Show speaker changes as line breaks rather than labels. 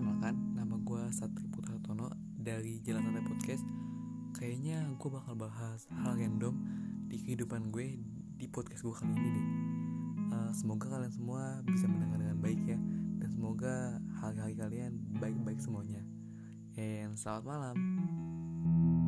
Perkenalkan, nama gue Satri Putra Tono dari Jalan Santai Podcast. Kayaknya gue bakal bahas hal random di kehidupan gue di podcast gue kali ini deh. Semoga kalian semua bisa mendengar dengan baik ya. Dan semoga hari-hari kalian baik-baik semuanya. And selamat malam.